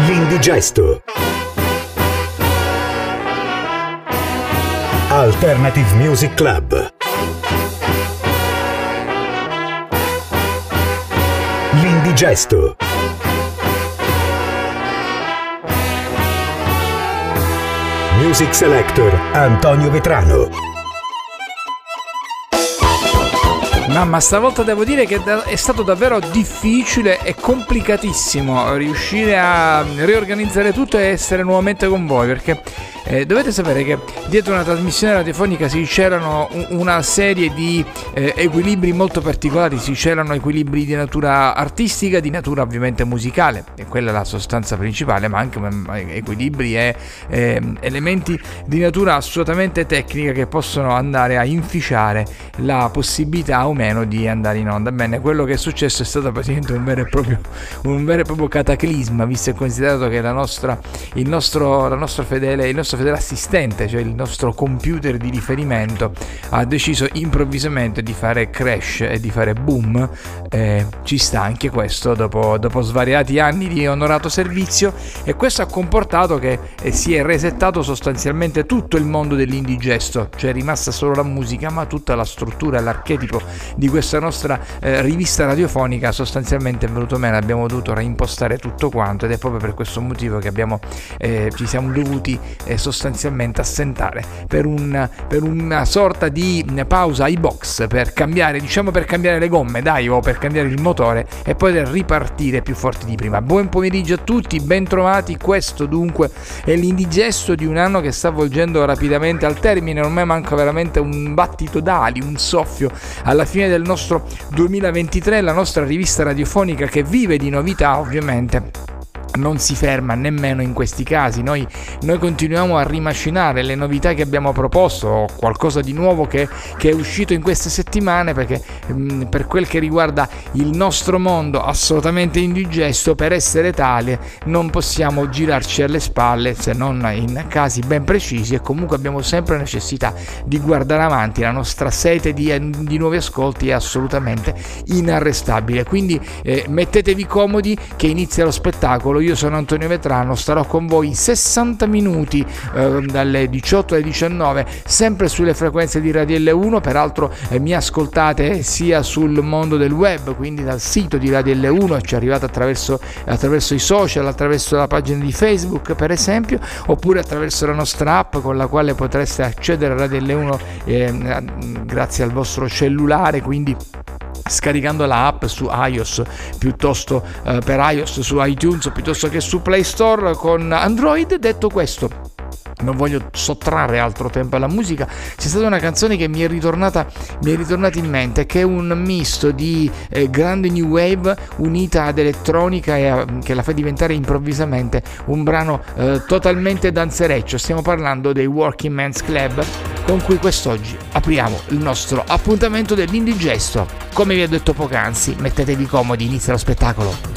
L'Indigesto. Alternative Music Club. L'Indigesto. Music Selector Antonio Vetrano. Mamma, stavolta devo dire che è stato davvero difficile e complicatissimo riuscire a riorganizzare tutto e essere nuovamente con voi, perché dovete sapere che dietro una trasmissione radiofonica si celano una serie di equilibri molto particolari, si celano equilibri di natura artistica, di natura ovviamente musicale, e quella è la sostanza principale, ma anche equilibri e elementi di natura assolutamente tecnica che possono andare a inficiare la possibilità o meno di andare in onda. Bene, quello che è successo è stato praticamente un vero e proprio cataclisma, visto e considerato che il nostro fedele assistente, cioè il nostro computer di riferimento, ha deciso improvvisamente di fare crash e di fare boom. Ci sta anche questo dopo svariati anni di onorato servizio, e questo ha comportato che si è resettato sostanzialmente tutto il mondo dell'Indigesto, cioè è rimasta solo la musica, ma tutta la struttura e l'archetipo di questa nostra rivista radiofonica sostanzialmente è venuto meno. Abbiamo dovuto reimpostare tutto quanto, ed è proprio per questo motivo che ci siamo dovuti sostanzialmente assentare per una sorta di pausa ai box, per cambiare le gomme, o per cambiare il motore e poi ripartire più forti di prima. Buon pomeriggio a tutti, bentrovati. Questo dunque è l'Indigesto di un anno che sta volgendo rapidamente al termine. Ormai manca veramente un battito d'ali, un soffio alla fine del nostro 2023. La nostra rivista radiofonica, che vive di novità, ovviamente non si ferma nemmeno in questi casi. Noi continuiamo a rimacinare le novità che abbiamo proposto, o qualcosa di nuovo che è uscito in queste settimane, perché per quel che riguarda il nostro mondo assolutamente indigesto, per essere tale non possiamo girarci alle spalle, se non in casi ben precisi, e comunque abbiamo sempre necessità di guardare avanti. La nostra sete di nuovi ascolti è assolutamente inarrestabile, quindi mettetevi comodi che inizia lo spettacolo. Io sono Antonio Vetrano, starò con voi 60 minuti dalle 18 alle 19, sempre sulle frequenze di Radio L1. Peraltro mi ascoltate sia sul mondo del web, quindi dal sito di Radio L1, ci arrivate attraverso i social, attraverso la pagina di Facebook per esempio, oppure attraverso la nostra app, con la quale potreste accedere a Radio L1 grazie al vostro cellulare, quindi scaricando la app su iOS, piuttosto per iOS su iTunes, piuttosto che su Play Store con Android. Detto questo, non voglio sottrarre altro tempo alla musica. C'è stata una canzone che mi è ritornata in mente, che è un misto di grande new wave unita ad elettronica, e che la fa diventare improvvisamente un brano totalmente danzereccio. Stiamo parlando dei Working Men's Club, con cui quest'oggi apriamo il nostro appuntamento dell'Indigesto. Come vi ho detto poc'anzi, mettetevi comodi, inizia lo spettacolo.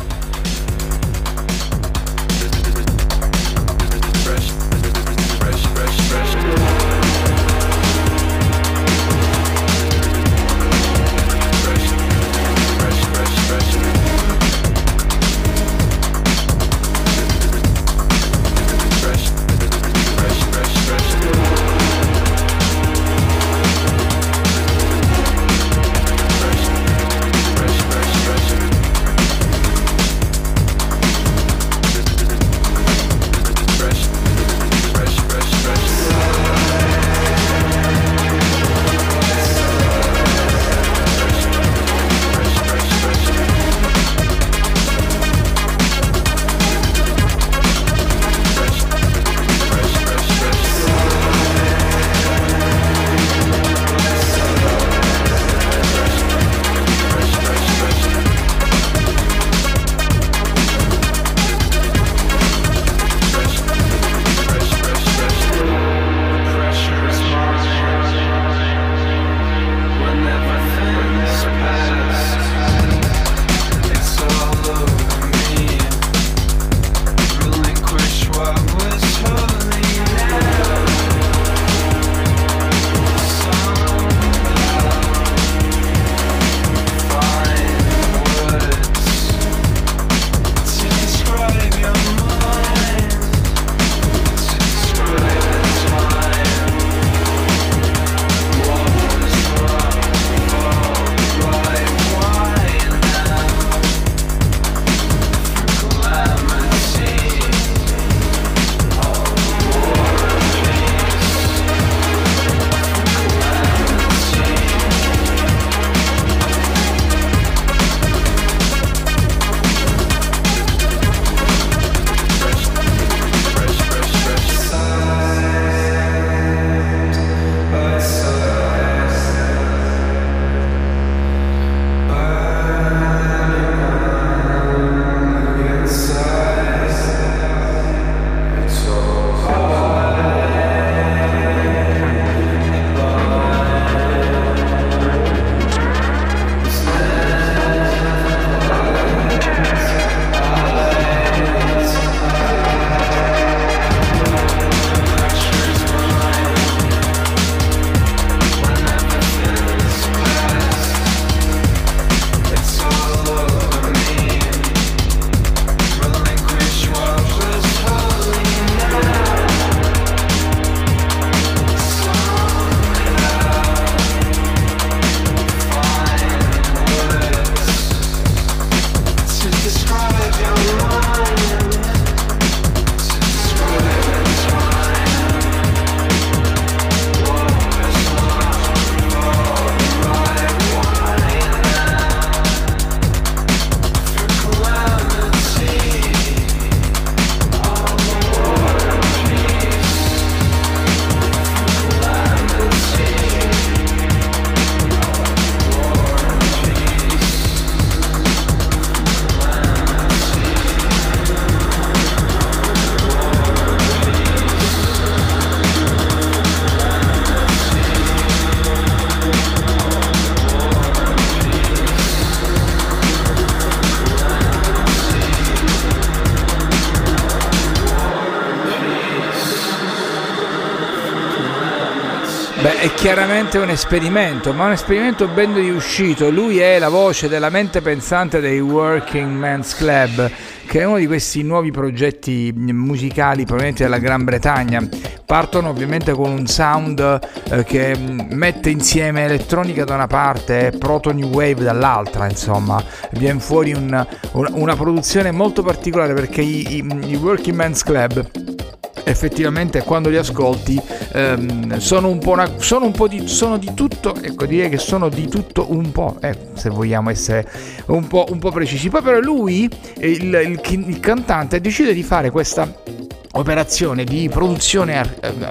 Beh, è chiaramente un esperimento, ma un esperimento ben riuscito. Lui è la voce della mente pensante dei Working Men's Club, che è uno di questi nuovi progetti musicali provenienti dalla Gran Bretagna. Partono ovviamente con un sound che mette insieme elettronica da una parte e proto new wave dall'altra, insomma viene fuori una produzione molto particolare, perché i Working Men's Club effettivamente quando li ascolti sono di tutto, ecco, direi che sono di tutto un po', se vogliamo essere un po' precisi. Poi però lui, il cantante, decide di fare questa operazione di produzione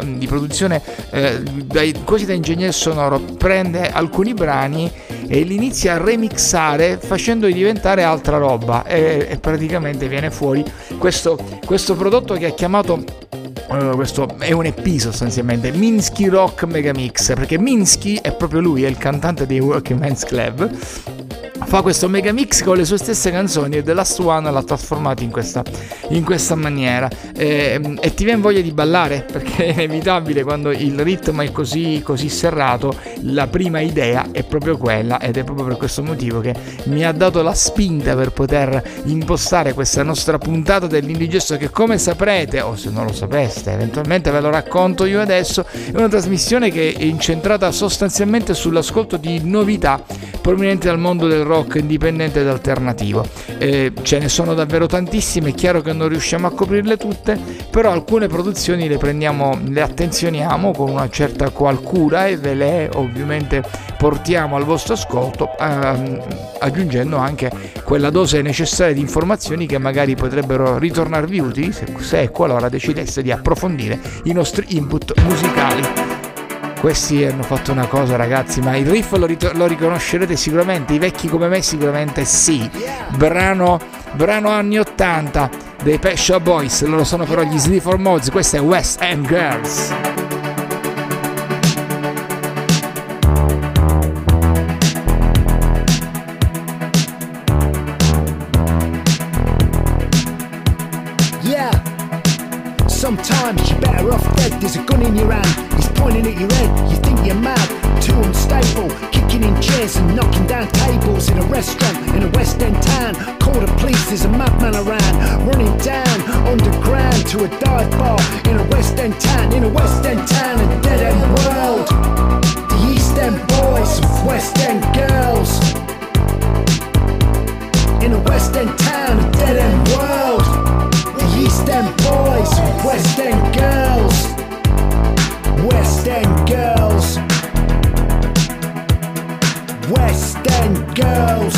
quasi da ingegnere sonoro. Prende alcuni brani e li inizia a remixare facendoli diventare altra roba, e praticamente viene fuori questo prodotto che ha chiamato questo è un EP sostanzialmente, Minsky Rock Megamix, perché Minsky è proprio lui, è il cantante dei Working Men's Club. Fa questo megamix con le sue stesse canzoni e The Last One l'ha trasformato in questa maniera, e ti viene voglia di ballare, perché è inevitabile quando il ritmo è così serrato. La prima idea è proprio quella, ed è proprio per questo motivo che mi ha dato la spinta per poter impostare questa nostra puntata dell'Indigesto, che, come saprete, o se non lo sapeste eventualmente ve lo racconto io adesso, è una trasmissione che è incentrata sostanzialmente sull'ascolto di novità provenienti dal mondo del rock indipendente ed alternativo. Ce ne sono davvero tantissime, è chiaro che non riusciamo a coprirle tutte, però alcune produzioni le attenzioniamo con una certa qualcura e ve le ovviamente portiamo al vostro ascolto, aggiungendo anche quella dose necessaria di informazioni che magari potrebbero ritornarvi utili se e qualora decidesse di approfondire i nostri input musicali. Questi hanno fatto una cosa, ragazzi, ma il riff lo riconoscerete sicuramente, i vecchi come me sicuramente sì. Brano anni 80 dei Pet Shop Boys, loro sono però gli Sleaford Mods, questa è West End Girls. Sometimes you're better off dead, there's a gun in your hand, he's pointing at your head, you think you're mad, too unstable, kicking in chairs and knocking down tables in a restaurant in a West End town. Call the police, there's a madman around, running down underground to a dive bar in a West End town, a dead end world. The East End boys, West End girls, in a West End town, a dead end world. East End boys, West End girls, West End girls, West End girls.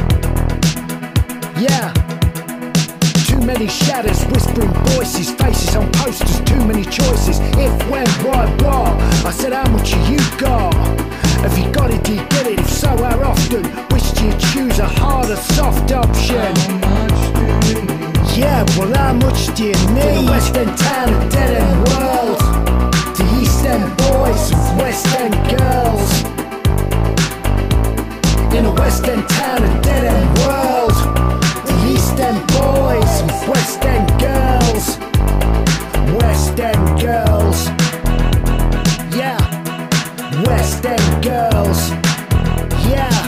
Yeah. Too many shadows, whispering voices, faces on posters, too many choices. If, when, why, what? I said, how much have you got? Have you got it, do you get it? If so, how often? Which do you choose, a hard or soft option? Yeah, well, how much do you need? In a West End town, a dead end world. The East End boys, West End girls. In a West End town, a dead end world. The East End boys, West End girls. West End girls. Yeah, West End girls. Yeah.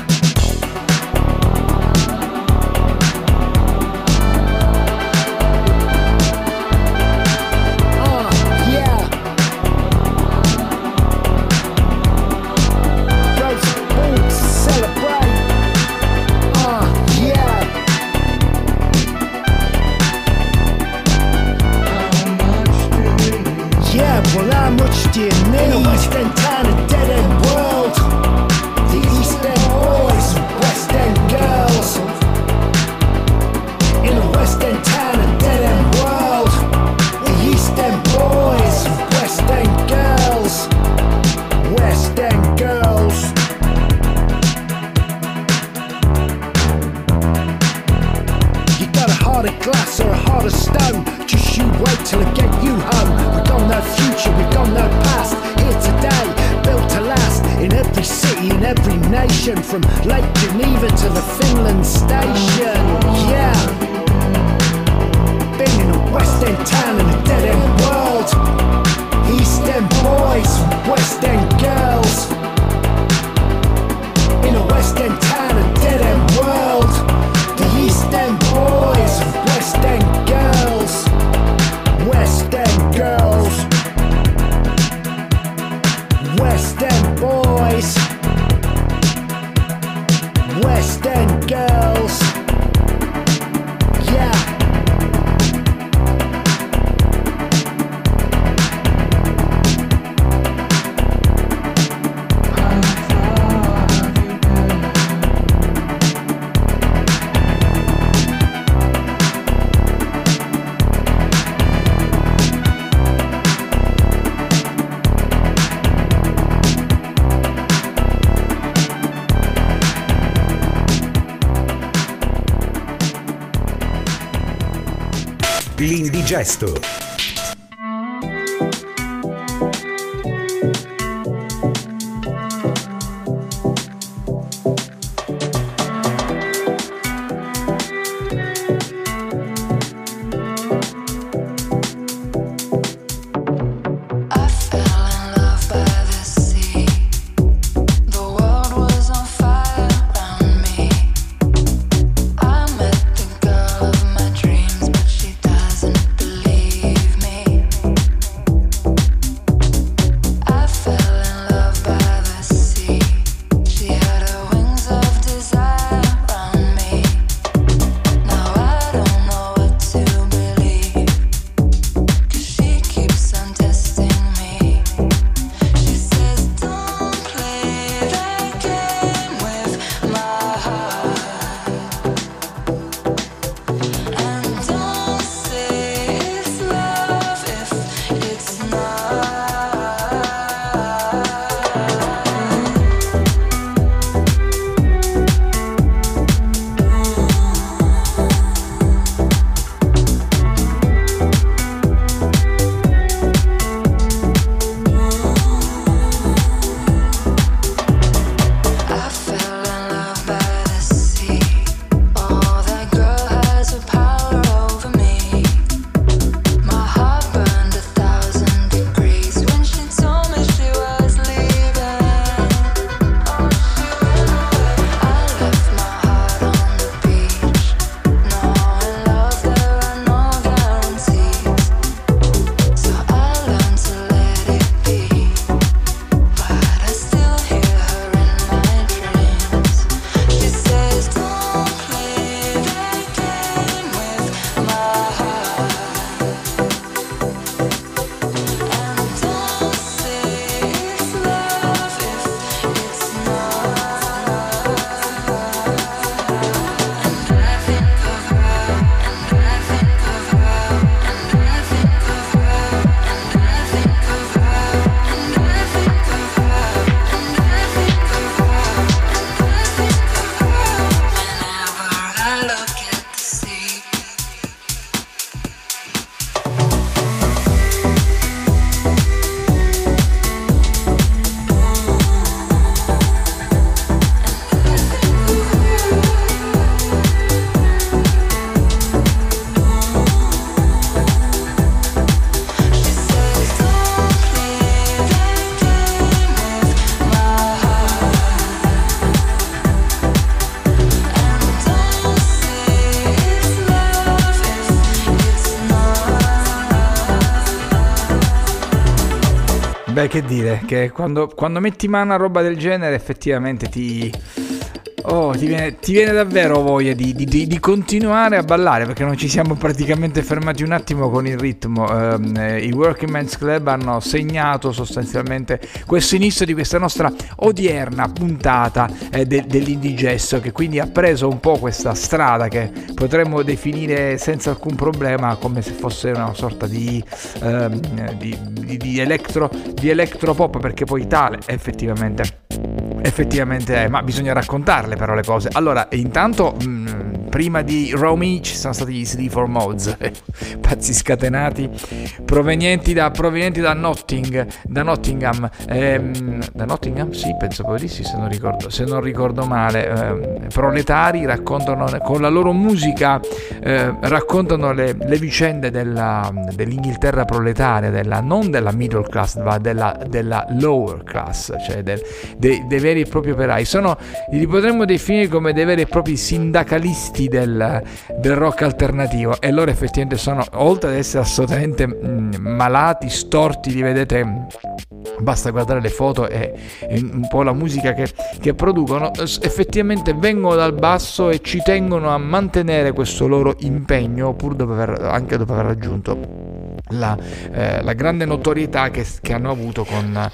Well, how much do you need? In a West End town, a dead end world. The East End boys, West End girls. In a West End town, a dead end world. The East End boys, West End girls. West End girls. You got a heart of glass or a heart of stone? Just you wait till I get you home. We got no future, we got no past. Here today, built to last. In every city, in every nation, from Lake Geneva to the Finland station. Yeah. Been in a West End town in a dead end world. East End boys, West End girls. West End boys and West End girls. West End girls. West End boys. West End girls. Yeah. L'indigesto. Beh, che dire, che quando metti mano a roba del genere effettivamente ti viene davvero voglia di continuare a ballare, perché non ci siamo praticamente fermati un attimo con il ritmo. I Working Men's Club hanno segnato sostanzialmente questo inizio di questa nostra odierna puntata dell'indigesto, che quindi ha preso un po' questa strada che potremmo definire senza alcun problema come se fosse una sorta di elettropop, perché poi tale effettivamente è, ma bisogna raccontarle però le cose. Allora, intanto prima di Romy ci sono stati gli CD4 Mods, pazzi scatenati provenienti da Nottingham, da Nottingham? Sì, penso proprio di sì, se non ricordo male. Proletari raccontano con la loro musica, raccontano le vicende dell'Inghilterra proletaria, non della middle class, ma della lower class, cioè dei veri e propri operai. Li potremmo definire come dei veri e propri sindacalisti miti del rock alternativo, e loro effettivamente sono, oltre ad essere assolutamente malati, storti, li vedete, basta guardare le foto e un po' la musica che producono, effettivamente vengono dal basso e ci tengono a mantenere questo loro impegno pur anche dopo aver raggiunto la grande notorietà che hanno avuto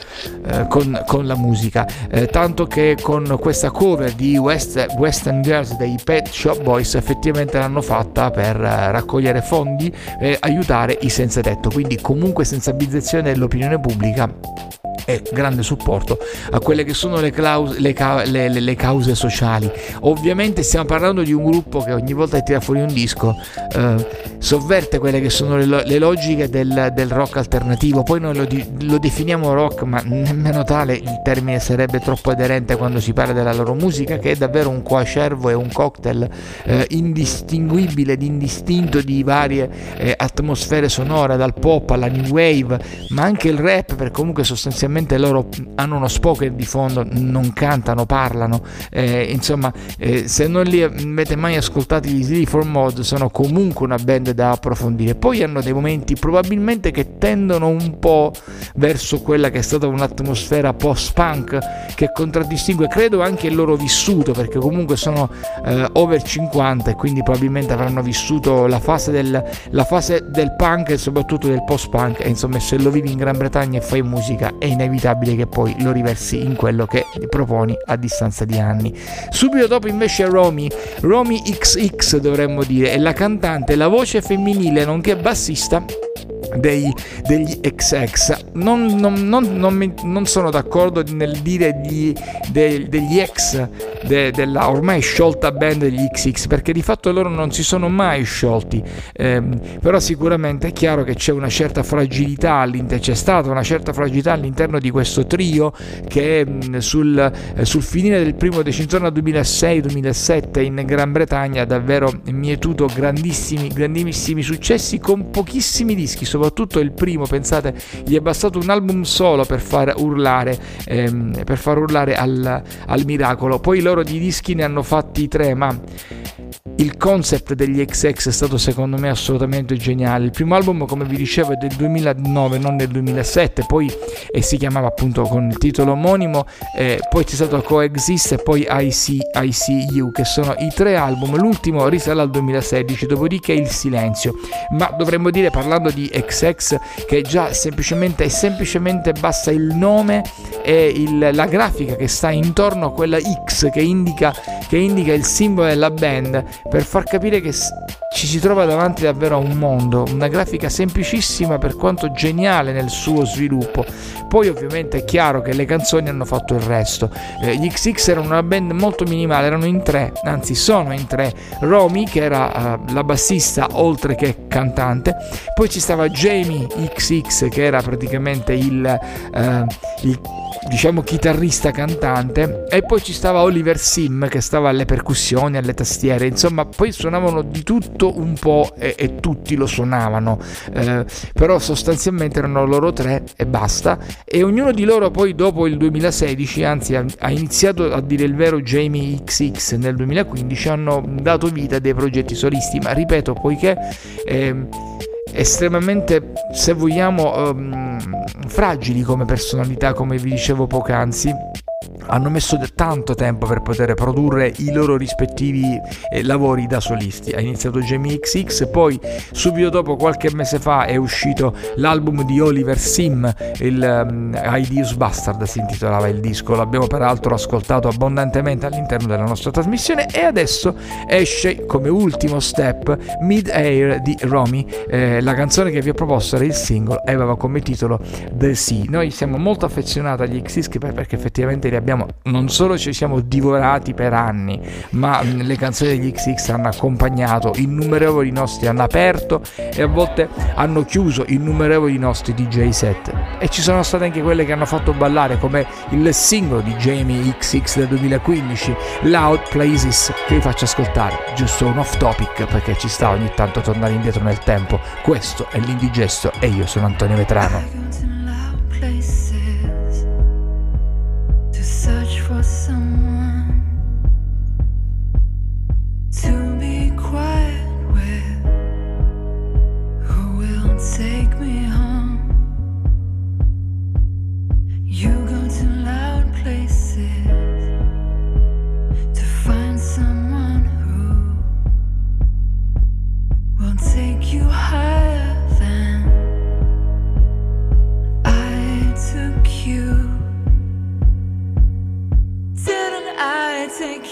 con la musica, tanto che con questa cover di Western Girls dei Pet Shop Boys effettivamente l'hanno fatta per raccogliere fondi e aiutare i senza tetto, quindi comunque sensibilizzazione dell'opinione pubblica e grande supporto a quelle che sono le cause sociali. Ovviamente stiamo parlando di un gruppo che ogni volta che tira fuori un disco sovverte quelle che sono le logiche del rock alternativo. Poi noi lo definiamo rock, ma nemmeno tale, il termine sarebbe troppo aderente quando si parla della loro musica, che è davvero un coacervo e un cocktail indistinguibile ed indistinto di varie atmosfere sonore, dal pop alla new wave, ma anche il rap, perché comunque sostanzialmente loro hanno uno spoken di fondo, non cantano, parlano, insomma, se non li avete mai ascoltati gli Sleaford Mod, sono comunque una band da approfondire. Poi hanno dei momenti probabilmente che tendono un po' verso quella che è stata un'atmosfera post-punk che contraddistingue, credo, anche il loro vissuto, perché comunque sono over 50 e quindi probabilmente avranno vissuto la fase del punk e soprattutto del post-punk, e insomma, se lo vivi in Gran Bretagna e fai musica è inevitabile che poi lo riversi in quello che proponi a distanza di anni. Subito dopo invece Romy XX dovremmo dire, è la cantante, la voce femminile nonché bassista degli XX. Non sono d'accordo nel dire degli ex della ormai sciolta band degli XX, perché di fatto loro non si sono mai sciolti, però sicuramente è chiaro che c'è una certa fragilità c'è stata una certa fragilità all'interno di questo trio che sul finire del primo decennio 2006-2007 in Gran Bretagna ha davvero mietuto grandissimi successi con pochissimi dischi. Soprattutto il primo, pensate, gli è bastato un album solo per far urlare al miracolo. Poi loro di dischi ne hanno fatti 3, ma il concept degli XX è stato secondo me assolutamente geniale. Il primo album, come vi dicevo, è del 2009, non del 2007, poi si chiamava appunto con il titolo omonimo, poi c'è stato Coexist e poi I See You, che sono i 3 album. L'ultimo risale al 2016, dopodiché il silenzio. Ma dovremmo dire, parlando di XX, che già semplicemente basta il nome e la grafica che sta intorno a quella X che indica il simbolo della band, per far capire che ci si trova davanti davvero a un mondo, una grafica semplicissima per quanto geniale nel suo sviluppo. Poi ovviamente è chiaro che le canzoni hanno fatto il resto. Gli XX erano una band molto minimale, erano in 3, anzi sono in 3. Romy, che era la bassista oltre che cantante, poi ci stava Jamie XX, che era praticamente il diciamo chitarrista cantante, e poi ci stava Oliver Sim che stava alle percussioni, alle tastiere, insomma poi suonavano di tutto un po' e tutti lo suonavano, però sostanzialmente erano loro 3 e basta, e ognuno di loro poi dopo il 2016, anzi ha iniziato a dire il vero Jamie XX nel 2015, hanno dato vita a dei progetti solisti, ma ripeto, poiché estremamente, se vogliamo, fragili come personalità, come vi dicevo poc'anzi, hanno messo tanto tempo per poter produrre i loro rispettivi lavori da solisti. Ha iniziato Jamie XX, poi subito dopo, qualche mese fa, è uscito l'album di Oliver Sim, il Hideous Bastard si intitolava il disco, l'abbiamo peraltro ascoltato abbondantemente all'interno della nostra trasmissione, e adesso esce come ultimo step Mid Air di Romy, la canzone che vi ho proposto era il singolo e aveva come titolo The Sea. Noi siamo molto affezionati agli XX perché effettivamente li abbiamo, non solo ci siamo divorati per anni, ma le canzoni degli XX hanno accompagnato innumerevoli nostri, hanno aperto e a volte hanno chiuso innumerevoli nostri DJ set, e ci sono state anche quelle che hanno fatto ballare, come il singolo di Jamie XX del 2015, Loud Places, che vi faccio ascoltare, giusto un off topic perché ci sta ogni tanto tornare indietro nel tempo. Questo è l'Indigesto e io sono Antonio Vetrano. Search for someone to be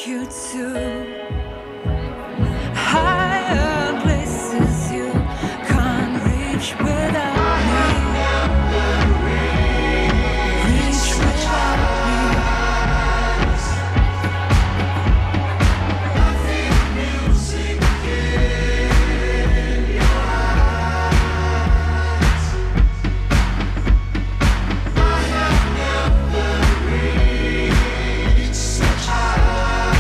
you to higher places you can't reach without me. Reach without me. I feel music in your eyes. I have never reached such heights.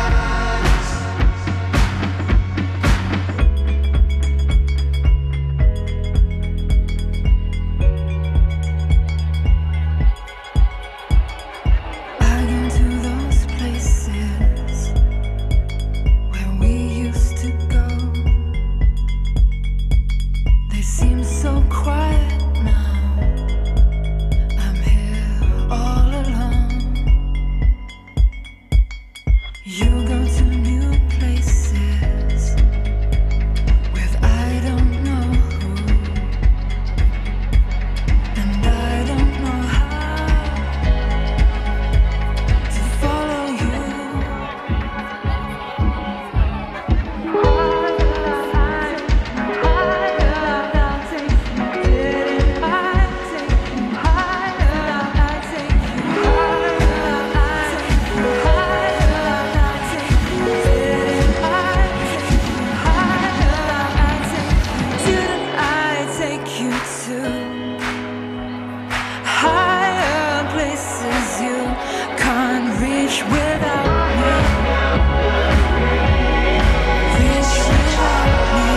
I go to those places where we used to go. They seem so quiet now. I'm here all alone. You go to new places with I don't know who, and I don't know how to follow you. Didn't I take you to higher places you can't reach without me? Reach without me.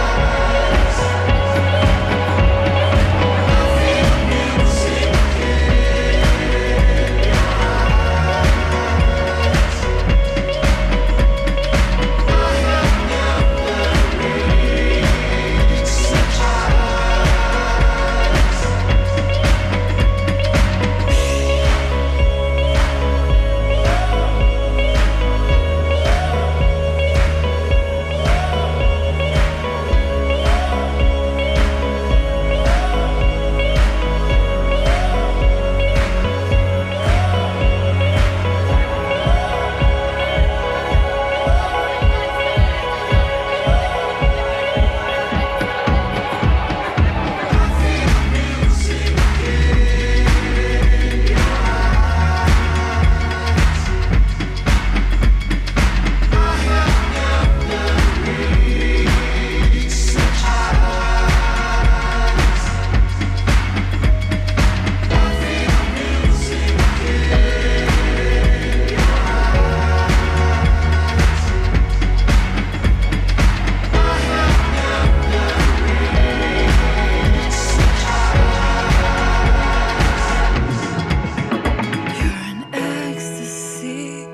You're an ecstasy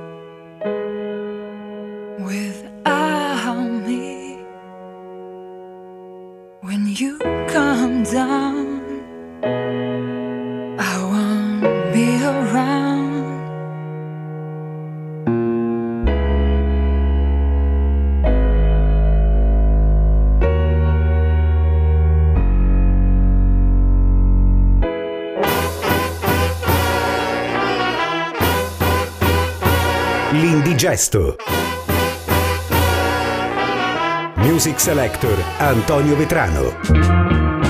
without me. When you come down, I won't be around. L'Indigesto. Music Selector Antonio Vetrano.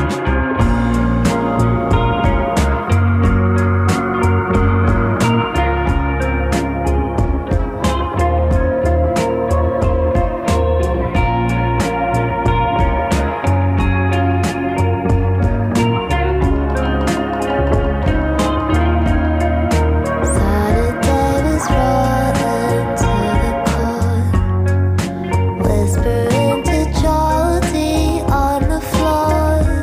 Saturday was rolling to the core, whispering to Jolty on the floor.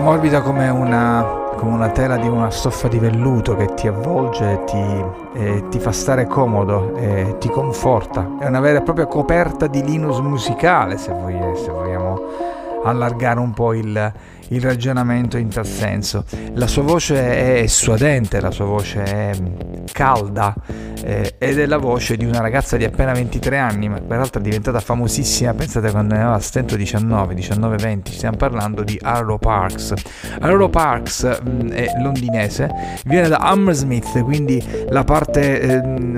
morbida come una tela di una stoffa di velluto che ti avvolge e ti fa stare comodo e ti conforta. È una vera e propria coperta di Linus musicale, se vogliamo allargare un po' il ragionamento in tal senso. La sua voce è suadente, la sua voce è calda, ed è la voce di una ragazza di appena 23 anni, ma peraltro è diventata famosissima, pensate, quando ne aveva stento 19-20, stiamo parlando di Arlo Parks. Arlo Parks è londinese, viene da Hammersmith, quindi la parte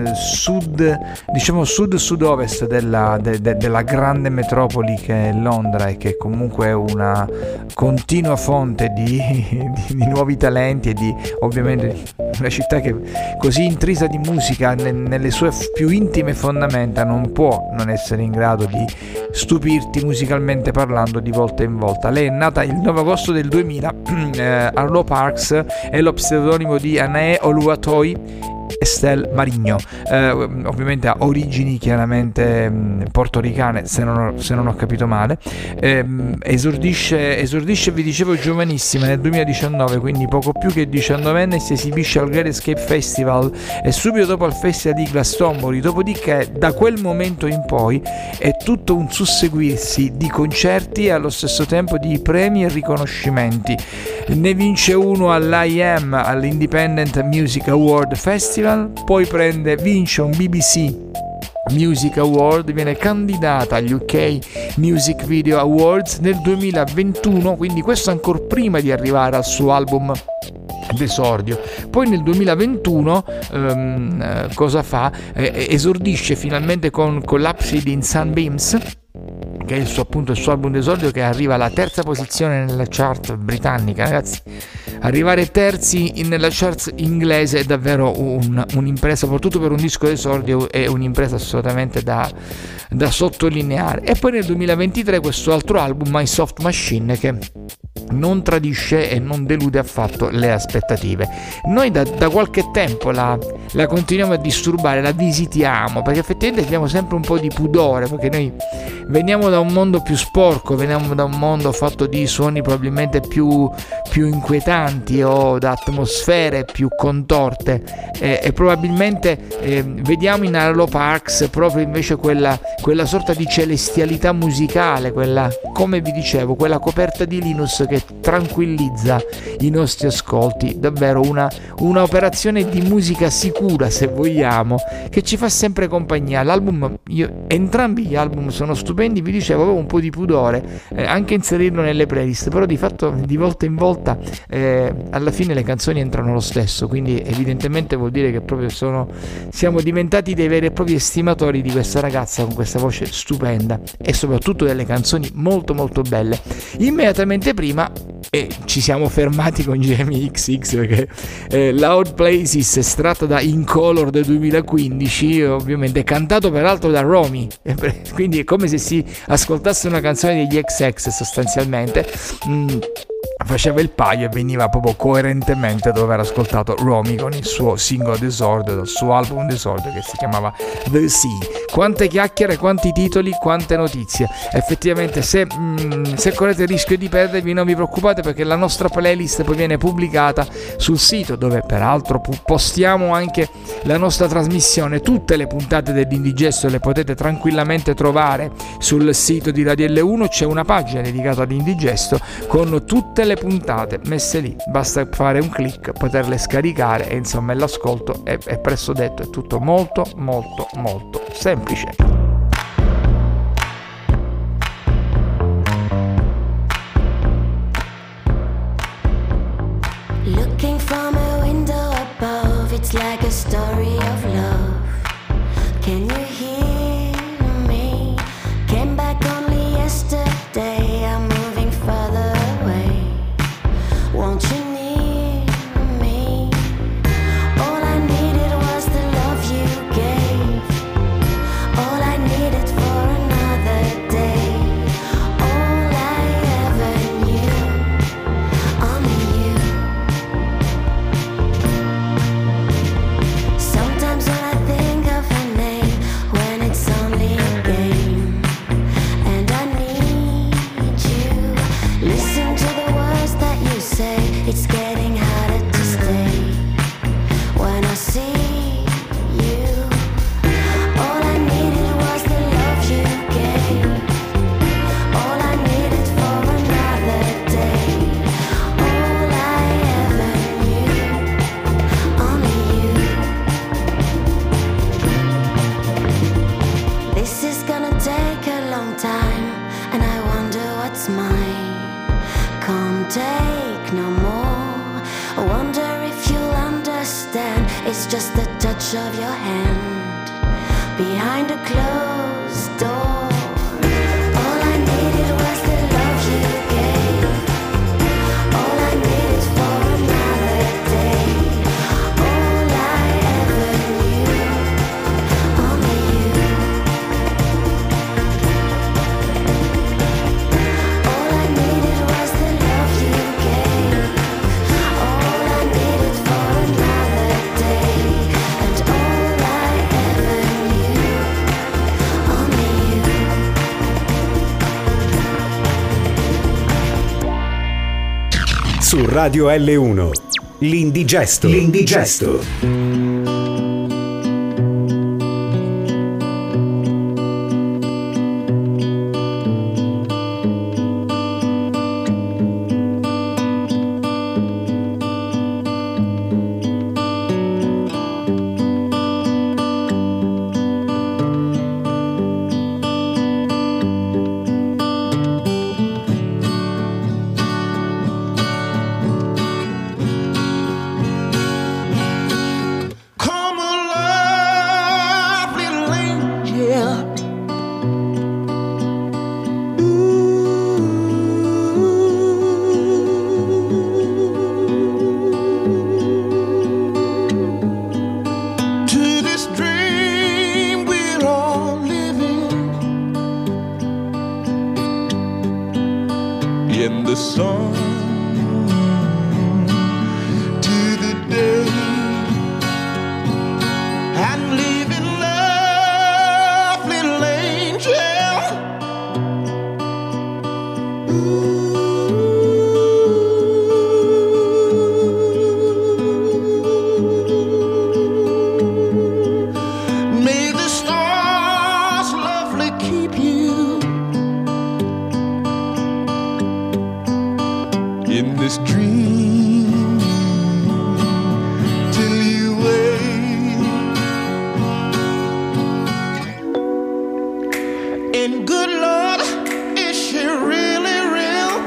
sud-sud-ovest della grande metropoli che è Londra, e che comunque è una continua fonte di nuovi talenti e di, ovviamente, una città che così intrisa di musica nelle sue più intime fondamenta non può non essere in grado di stupirti musicalmente parlando di volta in volta. Lei è nata il 9 agosto del 2000. Arlo Parks è lo pseudonimo di Anae Oluwatoyi Estelle Marigno, ovviamente ha origini chiaramente portoricane, se non ho capito male. Esordisce, vi dicevo, giovanissima, nel 2019, quindi poco più che 19enne. Si esibisce al Great Escape Festival e subito dopo al Festival di Glastonbury. Dopodiché, da quel momento in poi, è tutto un susseguirsi di concerti e allo stesso tempo di premi e riconoscimenti. Ne vince uno all'IM, all'Independent Music Award Festival, poi vince un BBC Music Award, viene candidata agli UK Music Video Awards nel 2021, quindi questo ancora prima di arrivare al suo album d'esordio. Poi nel 2021 cosa fa? Esordisce finalmente con Collapsed in Sunbeams, che è il suo album d'esordio, che arriva alla terza posizione nella chart britannica. Ragazzi, arrivare terzi nella chart inglese è davvero un'impresa, soprattutto per un disco d'esordio, è un'impresa assolutamente da sottolineare. E poi nel 2023 questo altro album, My Soft Machine, che non tradisce e non delude affatto le aspettative. Noi da qualche tempo la continuiamo a disturbare, la visitiamo, perché effettivamente abbiamo sempre un po' di pudore, perché noi veniamo da un mondo più sporco, veniamo da un mondo fatto di suoni probabilmente più inquietanti o da atmosfere più contorte, e probabilmente vediamo in Arlo Parks proprio invece quella sorta di celestialità musicale, quella, come vi dicevo, quella coperta di Linus che tranquillizza i nostri ascolti. Davvero una operazione di musica sicura, se vogliamo, che ci fa sempre compagnia. Entrambi gli album sono stupendi, vi dicevo, avevo un po' di pudore anche inserirlo nelle playlist, però di fatto di volta in volta alla fine le canzoni entrano lo stesso, quindi evidentemente vuol dire che proprio siamo diventati dei veri e propri estimatori di questa ragazza con questa voce stupenda e soprattutto delle canzoni molto molto belle. Immediatamente prima ci siamo fermati con Jamie XX, perché Loud Places, estratta da In Color del 2015, ovviamente cantato peraltro da Romy, quindi è come se si ascoltasse una canzone degli XX sostanzialmente. Faceva il paio e veniva proprio coerentemente dopo aver ascoltato Romy con il suo singolo d'esordio dal suo album d'esordio che si chiamava The Sea. Quante chiacchiere, quanti titoli, quante notizie. Effettivamente se correte il rischio di perdervi, non vi preoccupate, perché la nostra playlist poi viene pubblicata sul sito, dove peraltro postiamo anche la nostra trasmissione. Tutte le puntate dell'Indigesto le potete tranquillamente trovare sul sito di Radio L1. C'è una pagina dedicata all'Indigesto con tutte le puntate messe lì, basta fare un click, poterle scaricare e insomma l'ascolto è presto detto, è tutto molto molto molto semplice. Looking from a window above, it's like a story of love. Can you hear me? Came back only yesterday, I'm moving further away. Won't you need me? All I needed was the love you gave. All I needed for another day. All I ever knew, only you. Sometimes It's getting harder to stay when I see you. All I needed was the love you gave. All I needed for another day. All I ever knew, only you. This is gonna take a long time, and I wonder what's mine. Can't take no more. I wonder if you'll understand. It's just the touch of your hand behind a closed door. All I needed was the love you gave. All I needed for another day. All I ever knew, only you. All I needed was the love you gave. All I needed for another day. And all I ever knew, only you. Su Radio L1, l'Indigesto. L'Indigesto. Come alive, little angel. To this dream we're all living in the sun. To the day and live in love, little angel. May the stars lovely keep you in this dream till you wake. And good Lord, is she really real?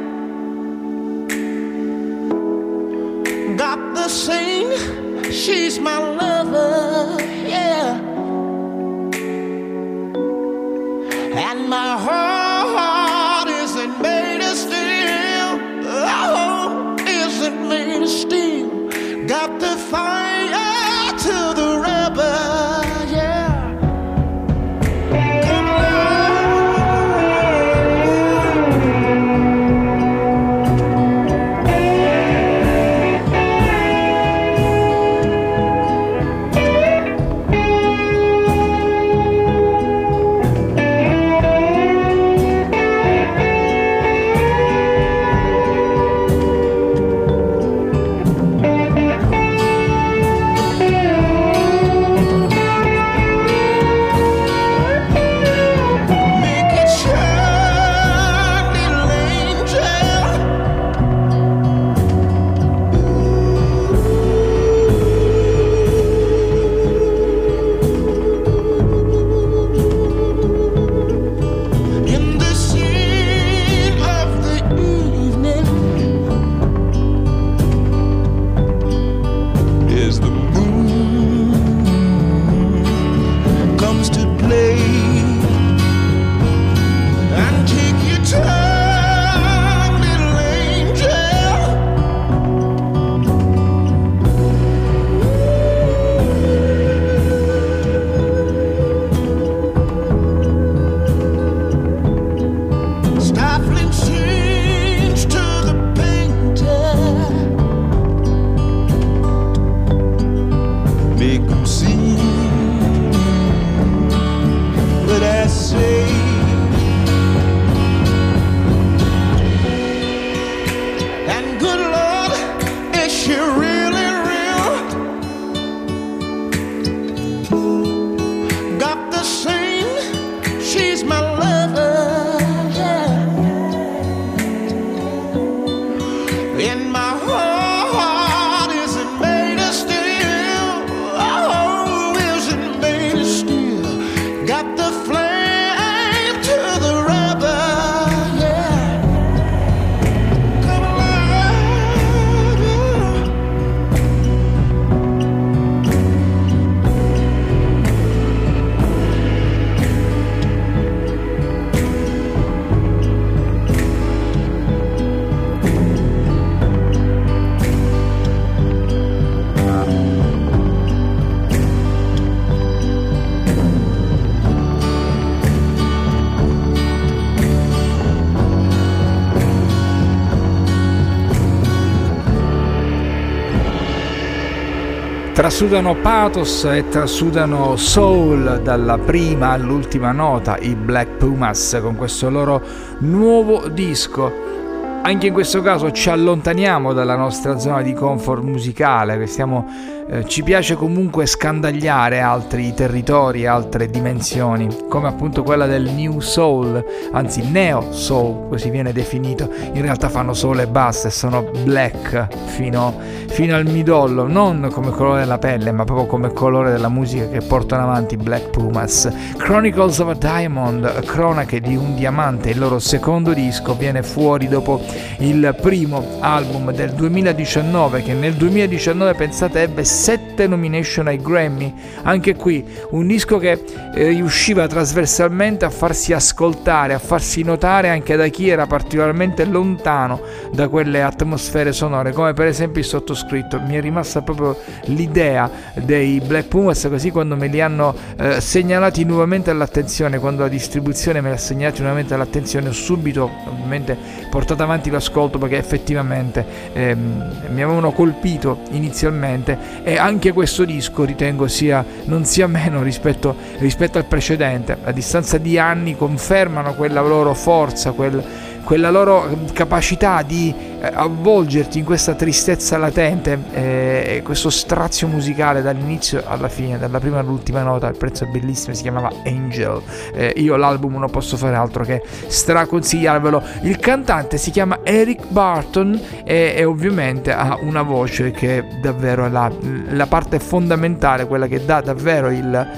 Got the sing, she's my lover, yeah. And my heart isn't made of steel, oh, isn't made of steel. Got the fire to the rubber, yeah. Trasudano pathos e trasudano soul dalla prima all'ultima nota i Black Pumas con questo loro nuovo disco. Anche in questo caso ci allontaniamo dalla nostra zona di comfort musicale, ci piace comunque scandagliare altri territori, altre dimensioni, come appunto quella del New Soul, anzi Neo Soul, così viene definito. In realtà fanno soul e basta e sono black fino al midollo, non come colore della pelle, ma proprio come colore della musica che portano avanti Black Pumas. Chronicles of a Diamond, cronache di un diamante, il loro secondo disco, viene fuori dopo il primo album del 2019, che nel 2019, pensate, ebbe 7 nomination ai Grammy. Anche qui un disco che riusciva trasversalmente a farsi ascoltare, a farsi notare anche da chi era particolarmente lontano da quelle atmosfere sonore, come per esempio il sottoscritto. Mi è rimasta proprio l'idea dei Black Pumas così quando me li hanno segnalati nuovamente all'attenzione, quando la distribuzione me li ha segnalati nuovamente all'attenzione, ho subito ovviamente portato avanti l'ascolto, perché effettivamente mi avevano colpito inizialmente, e anche questo disco ritengo non sia meno rispetto al precedente. A distanza di anni confermano quella loro forza, quella loro capacità di avvolgerti in questa tristezza latente, e questo strazio musicale dall'inizio alla fine, dalla prima all'ultima nota. Il pezzo è bellissimo, si chiamava Angel. Io l'album non posso fare altro che straconsigliarvelo. Il cantante si chiama Eric Barton e ovviamente ha una voce che davvero è la parte fondamentale, quella che dà davvero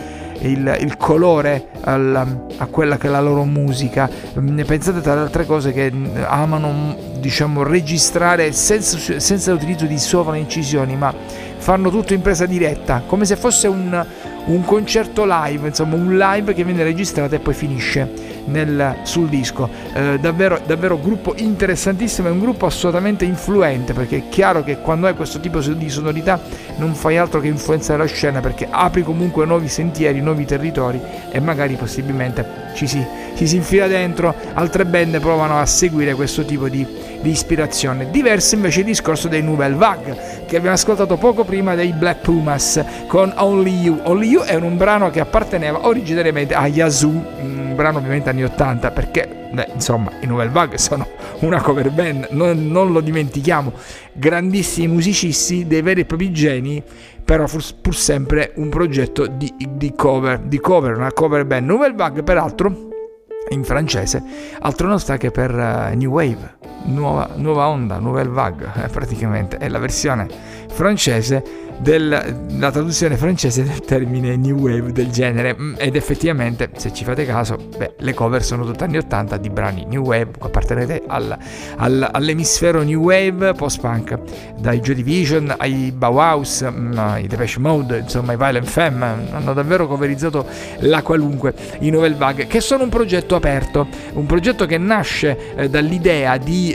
il colore a quella che è la loro musica. Pensate, tra le altre cose, che amano, diciamo, registrare senza l'utilizzo di sovraincisioni, ma fanno tutto in presa diretta, come se fosse un concerto live, insomma un live che viene registrato e poi finisce sul disco. Davvero gruppo interessantissimo, è un gruppo assolutamente influente, perché è chiaro che quando hai questo tipo di sonorità non fai altro che influenzare la scena, perché apri comunque nuovi sentieri, nuovi territori, e magari possibilmente ci si infila dentro. Altre band provano a seguire questo tipo di ispirazione. Diverso invece il discorso dei Nouvelle Vague, che abbiamo ascoltato poco prima dei Black Pumas con Only You. Only You è un brano che apparteneva originariamente a Yazoo, un brano ovviamente anni 80, perché insomma i Nouvelle Vague sono una cover band, non lo dimentichiamo, grandissimi musicisti, dei veri e propri geni, però pur sempre un progetto di cover, una cover band. Nouvelle Vague, peraltro, in francese, altro non sta che per New Wave, nuova onda, Nouvelle Vague, praticamente è la versione francese la traduzione francese del termine New Wave del genere. Ed effettivamente, se ci fate caso, le cover sono tutte anni 80 di brani New Wave, appartenete all'emisfero New Wave post-punk, dai Joy Division ai Bauhaus, ai Depeche Mode, insomma i Violent Femmes, hanno davvero coverizzato la qualunque. I Nouvelle Vague, che sono un progetto aperto, un progetto che nasce dall'idea di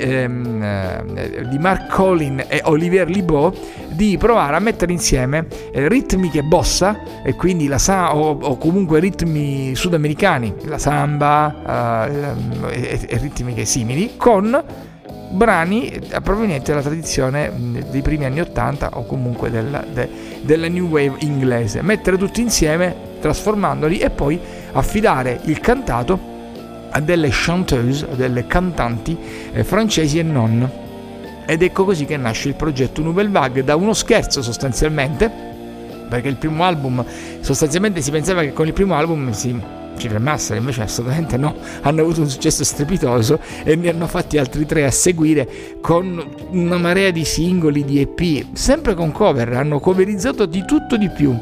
Mark Collin e Olivier Libaud di provare a mettere insieme ritmiche bossa, e quindi o comunque ritmi sudamericani, la samba e ritmiche simili, con brani provenienti dalla tradizione dei primi anni 80 o comunque della New Wave inglese. Mettere tutti insieme, trasformandoli, e poi affidare il cantato a delle chanteuse, delle cantanti francesi e non. Ed ecco così che nasce il progetto Nouvelle Vague, da uno scherzo sostanzialmente, perché il primo album, sostanzialmente si pensava che con il primo album ci fermassero, invece assolutamente no, hanno avuto un successo strepitoso e ne hanno fatti altri 3 a seguire, con una marea di singoli, di EP, sempre con cover. Hanno coverizzato di tutto di più,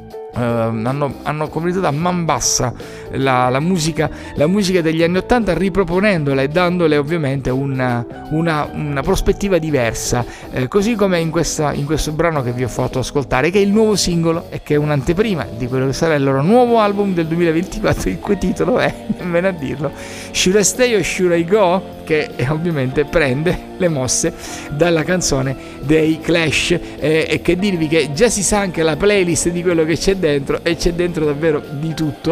hanno coverizzato a man bassa la musica degli anni 80, riproponendola e dandole ovviamente una prospettiva diversa, così come in questo brano che vi ho fatto ascoltare, che è il nuovo singolo e che è un'anteprima di quello che sarà il loro nuovo album del 2024, il cui titolo è, nemmeno a dirlo, Should I Stay or Should I Go?, che ovviamente prende le mosse dalla canzone dei Clash, e che dirvi che già si sa anche la playlist di quello che c'è dentro, e c'è dentro davvero di tutto.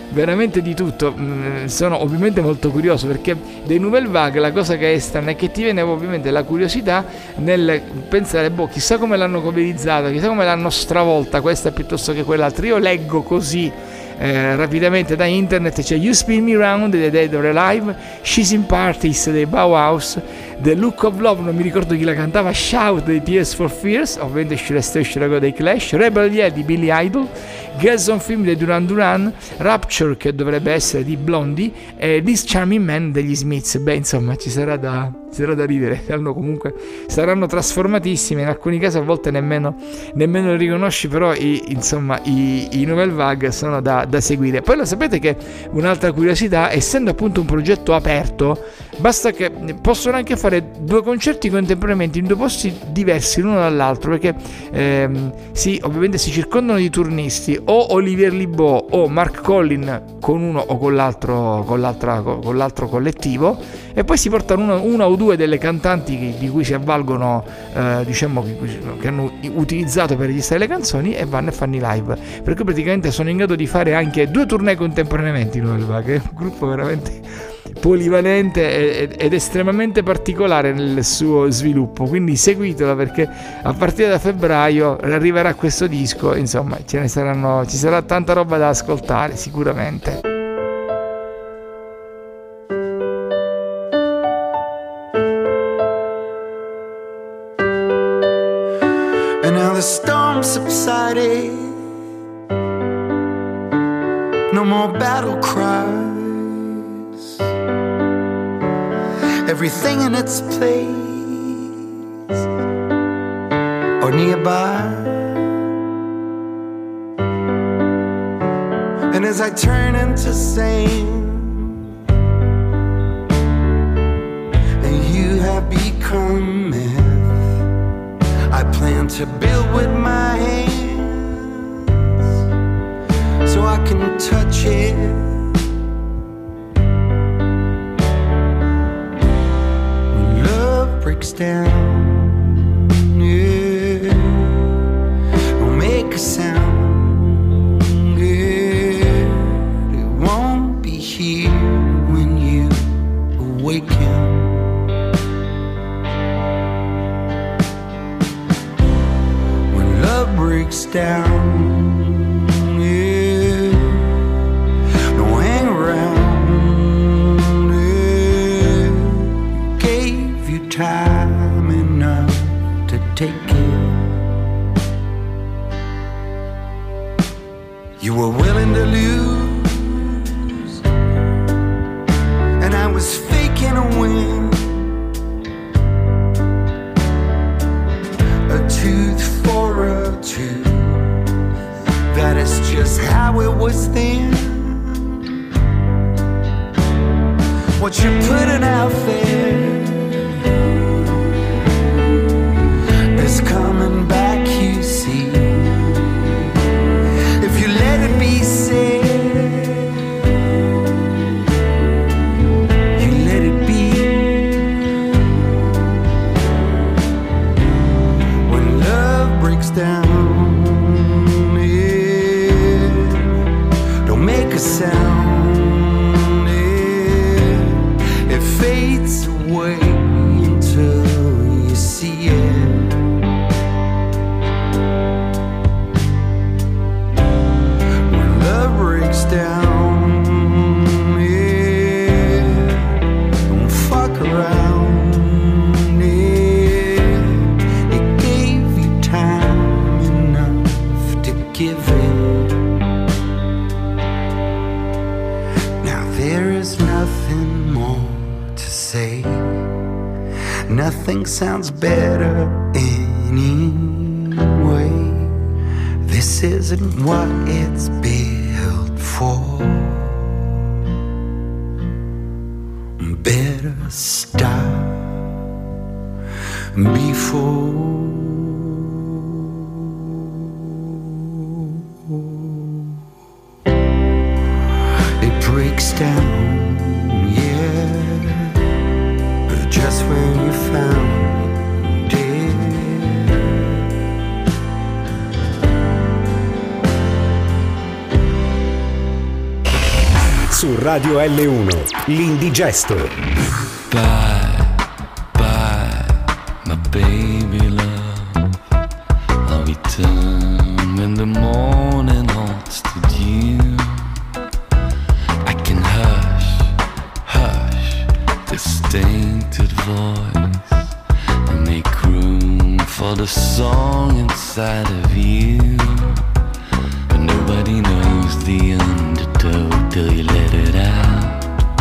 veramente di tutto. Sono ovviamente molto curioso, perché dei Nouvelle Vague la cosa che è strana è che ti viene ovviamente la curiosità nel pensare, chissà come l'hanno coverizzata, chissà come l'hanno stravolta questa piuttosto che quell'altra. Io leggo così rapidamente da internet, c'è You Spin Me Round dei Dead or Alive, She's in Parties dei Bauhaus, The Look of Love, non mi ricordo chi la cantava, Shout dei Tears for Fears, ovviamente uscirà quello dei Clash, Rebel Yeah di Billy Idol, Girls on Film dei Duran Duran, Rapture che dovrebbe essere di Blondie e This Charming Man degli Smiths. Beh, insomma, ci sarà da ridere. Saranno trasformatissime, in alcuni casi a volte nemmeno li riconosci, però i Nouvelle Vague sono da seguire. Poi lo sapete che un'altra curiosità, essendo appunto un progetto aperto, basta che possono anche fare 2 concerti contemporaneamente in 2 posti diversi l'uno dall'altro, perché ovviamente si circondano di turnisti, o Olivier Libaud o Mark Collin con uno o con l'altro collettivo, e poi si portano una o 2 delle cantanti di cui si avvalgono, che hanno utilizzato per registrare le canzoni, e vanno e fanno i live, per cui praticamente sono in grado di fare anche 2 tournée contemporaneamente in Nouvelle Vague. È un gruppo veramente polivalente ed estremamente particolare nel suo sviluppo, quindi seguitelo, perché a partire da febbraio arriverà questo disco, insomma ci sarà tanta roba da ascoltare sicuramente. And now the storm subsided, no more battle cries, everything in its place or nearby. And as I turn into sand, and you have become myth, I plan to build with my hands so I can touch it. When love breaks down, yeah, don't make a sound, yeah, it won't be here when you awaken. Breaks down, yeah, don't hang around, yeah, gave you time enough to take it. You were willing to lose, and I was faking a win, a tooth for a tooth, that is just how it was then. What you're putting out there is coming back, you see. If you let it be said, you let it be. When love breaks down, make a sound, yeah, it fades away until you see it. When love breaks down, yeah, don't fuck around, yeah, it gave you time enough to give it. There is nothing more to say, nothing sounds better anyway. This isn't what it's built for. Better stop before breaks down, yeah, just where you found it. Radio L1, l'Indigesto. Bye, bye, my baby love. I'll return when the morning haunts the dew. I can hush, hush this tainted voice and make room for the song inside of you. But nobody knows the undertow till you let it out.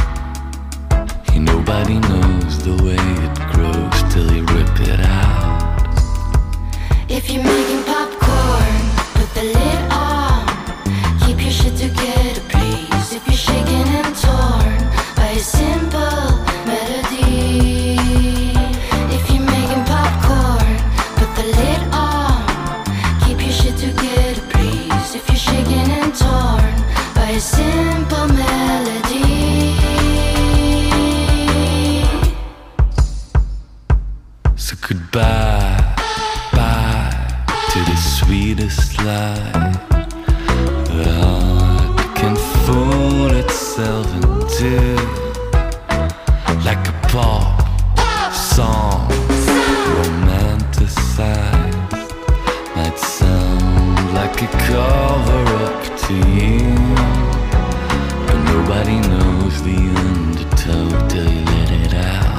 Nobody knows the way it grows till you rip it out. If you're making popcorn, put the lid on. Keep your shit together, please. If you're shaking and torn by a simple melody. If you're making popcorn, put the lid on. Keep your shit together, please. If you're shaking and torn by a simple melody. So goodbye, bye to the sweetest lie that heart can fool itself into. Like a pop song, romanticized, might sound like a cover-up to you, but nobody knows the undertow till you let it out.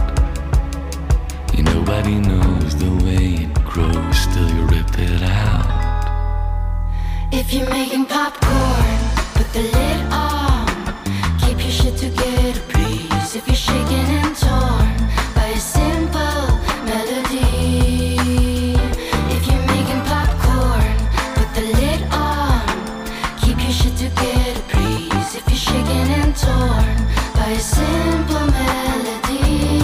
Nobody knows the way it grows till you rip it out. If you're making popcorn, put the lid on. Keep your shit together, please. If you're shaking and torn by a simple melody. If you're making popcorn, put the lid on. Keep your shit together, please. If you're shaking and torn by a simple melody.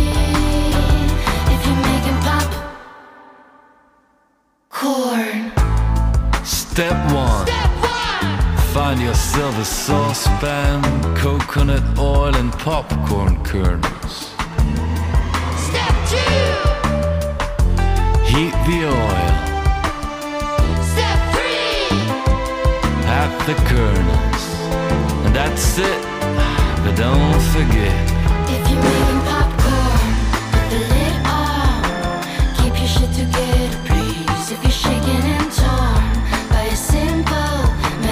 Corn. Step one, find yourself a saucepan, coconut oil and popcorn kernels. Step two, heat the oil. Step three, add the kernels. And that's it, but don't forget. if you're making popcorn, put the lid on. Keep your shit together, please. If you're shaking and torn by a simple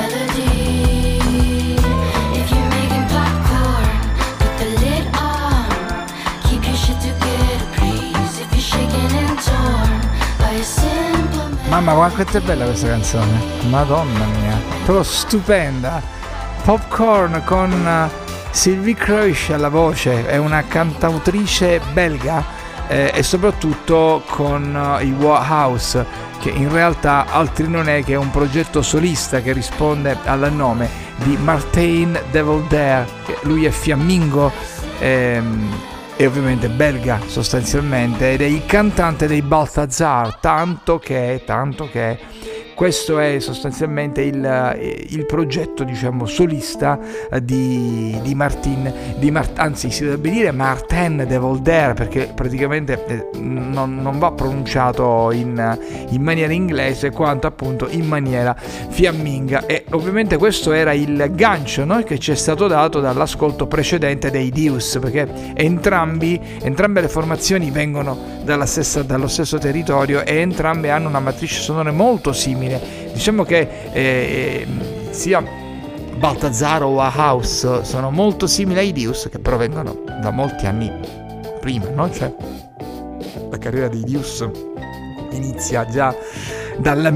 melody. If you're making popcorn, put the lid on. Keep your shit together, please. If you're shaking and torn by a simple melody. Mamma, quanto è bella questa canzone, madonna mia, proprio stupenda. Popcorn con Sylvie Crush alla voce, è una cantautrice belga, e soprattutto con i Warehouse, che in realtà altri non è che un progetto solista che risponde al nome di Martin Devil Dare, che lui è fiammingo e ovviamente belga sostanzialmente, ed è il cantante dei Balthazar, tanto che questo è sostanzialmente il progetto, diciamo, solista di Martin, anzi si dovrebbe dire Martin Devil Dare, perché praticamente non va pronunciato in maniera inglese quanto appunto in maniera fiamminga. E ovviamente questo era il gancio, no? Che ci è stato dato dall'ascolto precedente dei Deus, perché entrambe le formazioni vengono dallo stesso territorio e entrambe hanno una matrice sonora molto simile. Diciamo che sia Balthazar o Warehouse sono molto simili ai Deus, che però vengono da molti anni prima, no? Cioè, la carriera dei Deus inizia già dal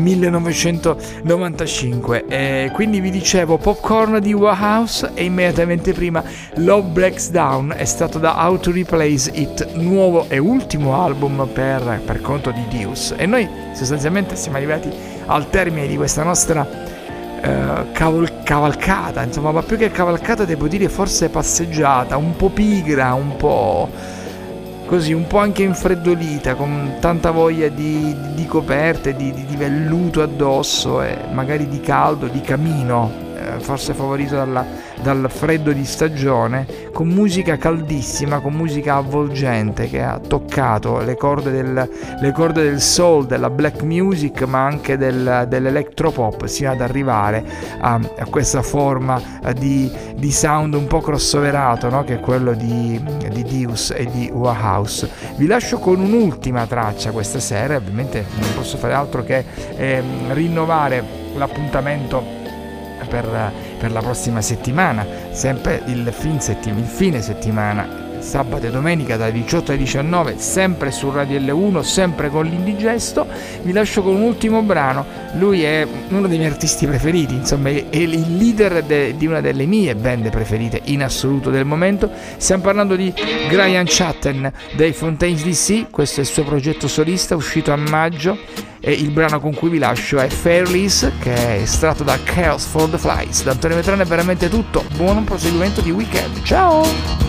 1995, e quindi vi dicevo Popcorn di Warehouse, e immediatamente prima Love Breaks Down è stato da How to Replace It, nuovo e ultimo album per conto di Deus. E noi sostanzialmente siamo arrivati al termine di questa nostra cavalcata, insomma, ma più che cavalcata devo dire forse passeggiata, un po' pigra, un po' così, un po' anche infreddolita, con tanta voglia di coperte, di velluto addosso e magari di caldo, di camino, forse favorito dal freddo di stagione, con musica caldissima, con musica avvolgente che ha toccato le corde del soul, della black music, ma anche dell'electropop, sino ad arrivare a questa forma di sound un po' crossoverato, no? Che è quello di Deus e di Uahouse. Vi lascio con un'ultima traccia questa sera, ovviamente non posso fare altro che rinnovare l'appuntamento per la prossima settimana, sempre il fine settimana, sabato e domenica dalle 18 alle 19, sempre su Radio L1, sempre con l'Indigesto. Vi lascio con un ultimo brano. Lui è uno dei miei artisti preferiti, insomma è il leader di una delle mie band preferite in assoluto del momento. Stiamo parlando di Graham Chatten dei Fontaines DC. Questo è il suo progetto solista uscito a maggio, e il brano con cui vi lascio è Fairlies, che è estratto da Chaos for the Flies. Da Antonio Vetrano è veramente tutto, buon proseguimento di weekend, ciao!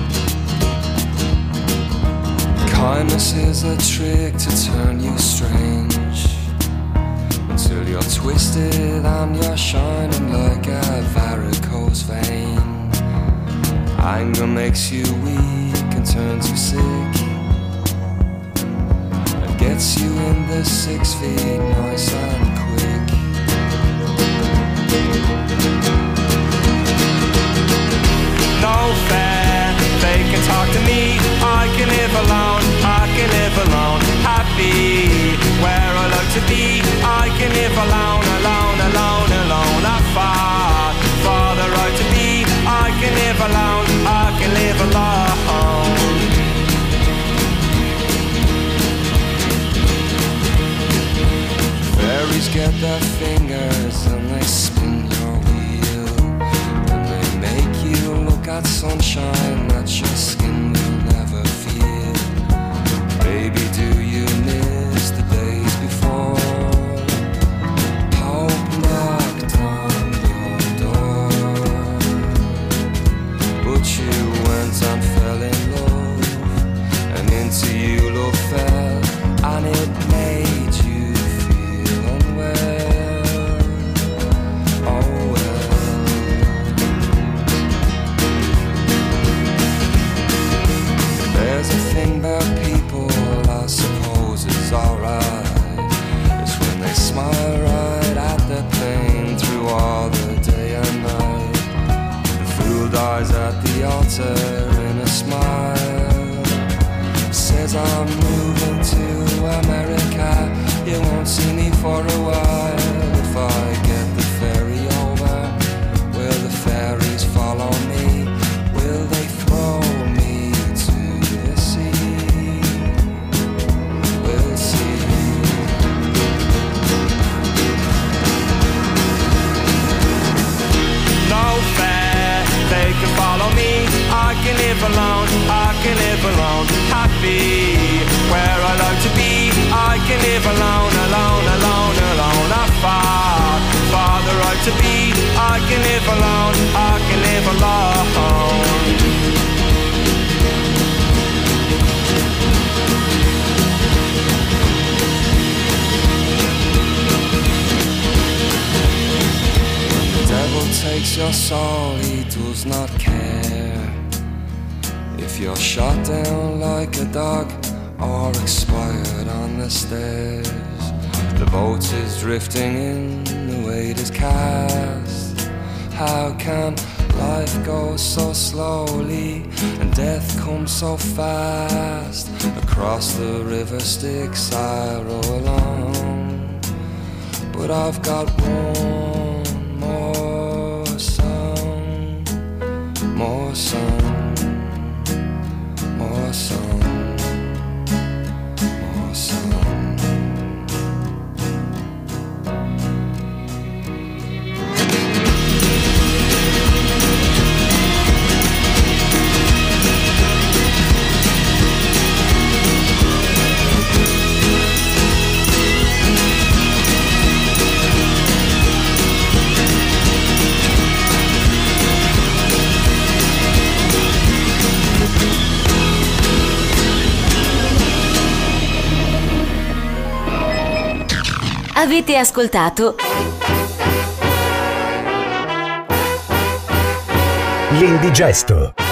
Kindness is a trick to turn you strange, until you're twisted and you're shining like a varicose vein. Anger makes you weak and turns you sick, and gets you in the 6 feet nice and quick. No fair, they can talk to me, I can live alone, I can live alone, happy where I like to be, I can live alone, alone, alone, alone. I fought for the right to be, I can live alone, I can live alone. Fairies get their fingers and they spin your wheel, and they make you look at sunshine that your skin will never feel. Baby, do you miss the days before hope knocked on your door, but you went and fell in love, and into you love fell, and it made you feel unwell. Oh well. There's a thing about people I suppose is alright, it's when they smile right at their pain through all the day and night. The fool dies at the altar in a smile, says I'm moving to America, you won't see me for a while. If I get the ferry over, will the fairies follow me? Will they throw me to the sea? We'll see. No fair, they can follow me, I can live alone, I can live alone, happy where I like to be, I can live alone, alone, alone, alone. I fought for the right to be, I can live alone, I can live alone. When the devil takes your soul, he does not care if you're shot down like a dog or expired on the stairs. The boat is drifting in, the weight is cast. How can life go so slowly and death come so fast? Across the river Styx I row along, but I've got one more song, more song, more song. Avete ascoltato L'Indigesto.